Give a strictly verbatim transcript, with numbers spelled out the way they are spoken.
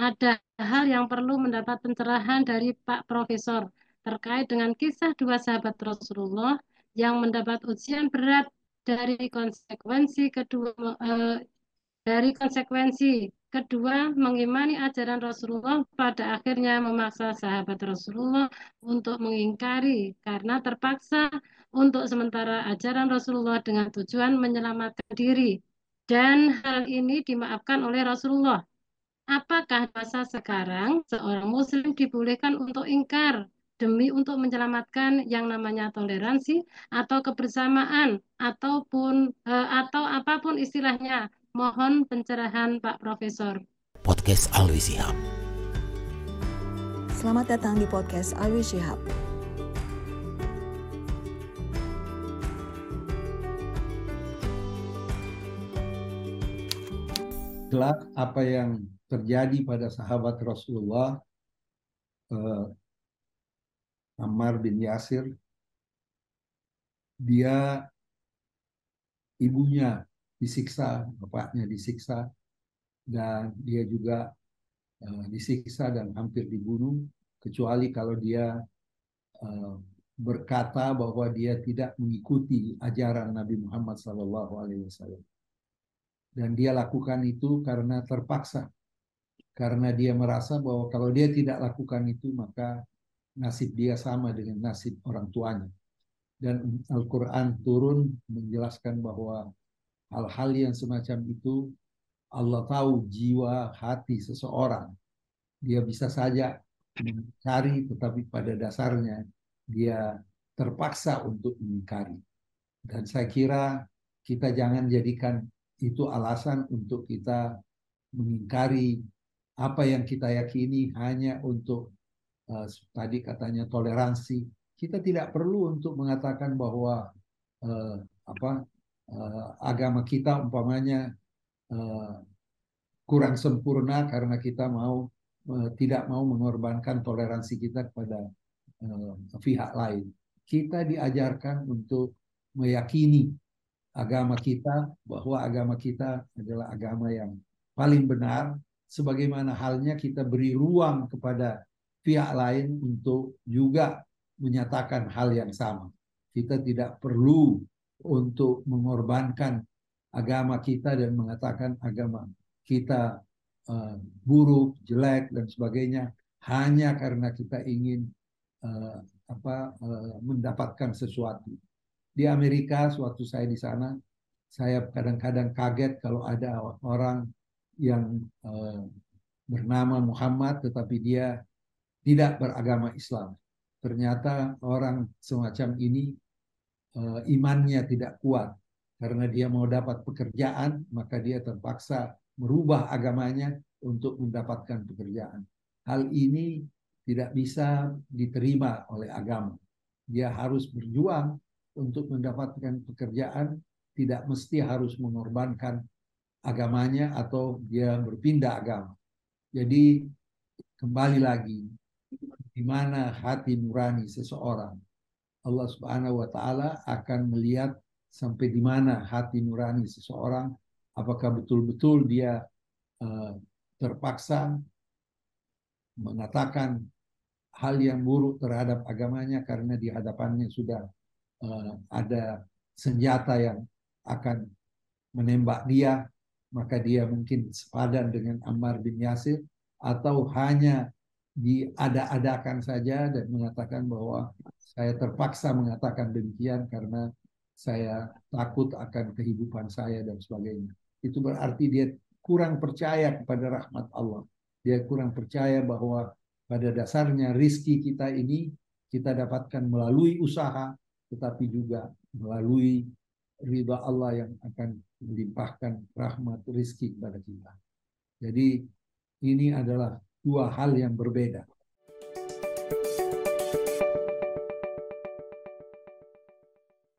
ada hal yang perlu mendapat pencerahan dari Pak Profesor terkait dengan kisah dua sahabat Rasulullah yang mendapat ujian berat dari konsekuensi kedua eh, dari konsekuensi kedua mengimani ajaran Rasulullah pada akhirnya memaksa sahabat Rasulullah untuk mengingkari karena terpaksa untuk sementara ajaran Rasulullah dengan tujuan menyelamatkan diri. Dan hal ini dimaafkan oleh Rasulullah. Apakah masa sekarang seorang muslim dibolehkan untuk ingkar demi untuk menyelamatkan yang namanya toleransi atau kebersamaan ataupun eh, atau apapun istilahnya? Mohon pencerahan Pak Profesor. Podcast Alwi Shihab. Selamat datang di podcast Alwi Shihab. Kelak apa yang terjadi pada sahabat Rasulullah eh, Ammar bin Yasir, dia ibunya disiksa, bapaknya disiksa, dan dia juga eh, disiksa dan hampir dibunuh, kecuali kalau dia eh, berkata bahwa dia tidak mengikuti ajaran Nabi Muhammad shallallahu alaihi wasallam. Dan dia lakukan itu karena terpaksa, karena dia merasa bahwa kalau dia tidak lakukan itu maka nasib dia sama dengan nasib orang tuanya. Dan Al-Quran turun menjelaskan bahwa hal-hal yang semacam itu Allah tahu jiwa hati seseorang. Dia bisa saja mencari, tetapi pada dasarnya dia terpaksa untuk mengingkari. Dan saya kira kita jangan jadikan itu alasan untuk kita mengingkari apa yang kita yakini hanya untuk uh, tadi katanya toleransi. Kita tidak perlu untuk mengatakan bahwa uh, apa uh, agama kita umpamanya uh, kurang sempurna karena kita mau uh, tidak mau mengorbankan toleransi kita kepada uh, pihak lain. Kita diajarkan untuk meyakini agama kita, bahwa agama kita adalah agama yang paling benar, sebagaimana halnya kita beri ruang kepada pihak lain untuk juga menyatakan hal yang sama. Kita tidak perlu untuk mengorbankan agama kita dan mengatakan agama kita uh, buruk, jelek, dan sebagainya, hanya karena kita ingin uh, apa, uh, mendapatkan sesuatu. Di Amerika, sewaktu saya di sana, saya kadang-kadang kaget kalau ada orang yang eh, bernama Muhammad, tetapi dia tidak beragama Islam. Ternyata orang semacam ini eh, imannya tidak kuat. Karena dia mau dapat pekerjaan, maka dia terpaksa merubah agamanya untuk mendapatkan pekerjaan. Hal ini tidak bisa diterima oleh agama. Dia harus berjuang untuk mendapatkan pekerjaan, tidak mesti harus mengorbankan agamanya atau dia berpindah agama. Jadi kembali lagi, di mana hati nurani seseorang, Allah Subhanahu wa taala akan melihat sampai di mana hati nurani seseorang, apakah betul-betul dia uh, terpaksa mengatakan hal yang buruk terhadap agamanya karena di hadapannya sudah uh, ada senjata yang akan menembak dia, maka dia mungkin sepadan dengan Ammar bin Yasir, atau hanya diada-adakan saja dan mengatakan bahwa saya terpaksa mengatakan demikian karena saya takut akan kehidupan saya dan sebagainya. Itu berarti dia kurang percaya kepada rahmat Allah. Dia kurang percaya bahwa pada dasarnya rizki kita ini kita dapatkan melalui usaha, tetapi juga melalui ridha Allah yang akan melimpahkan rahmat rizki kepada kita. Jadi ini adalah dua hal yang berbeda.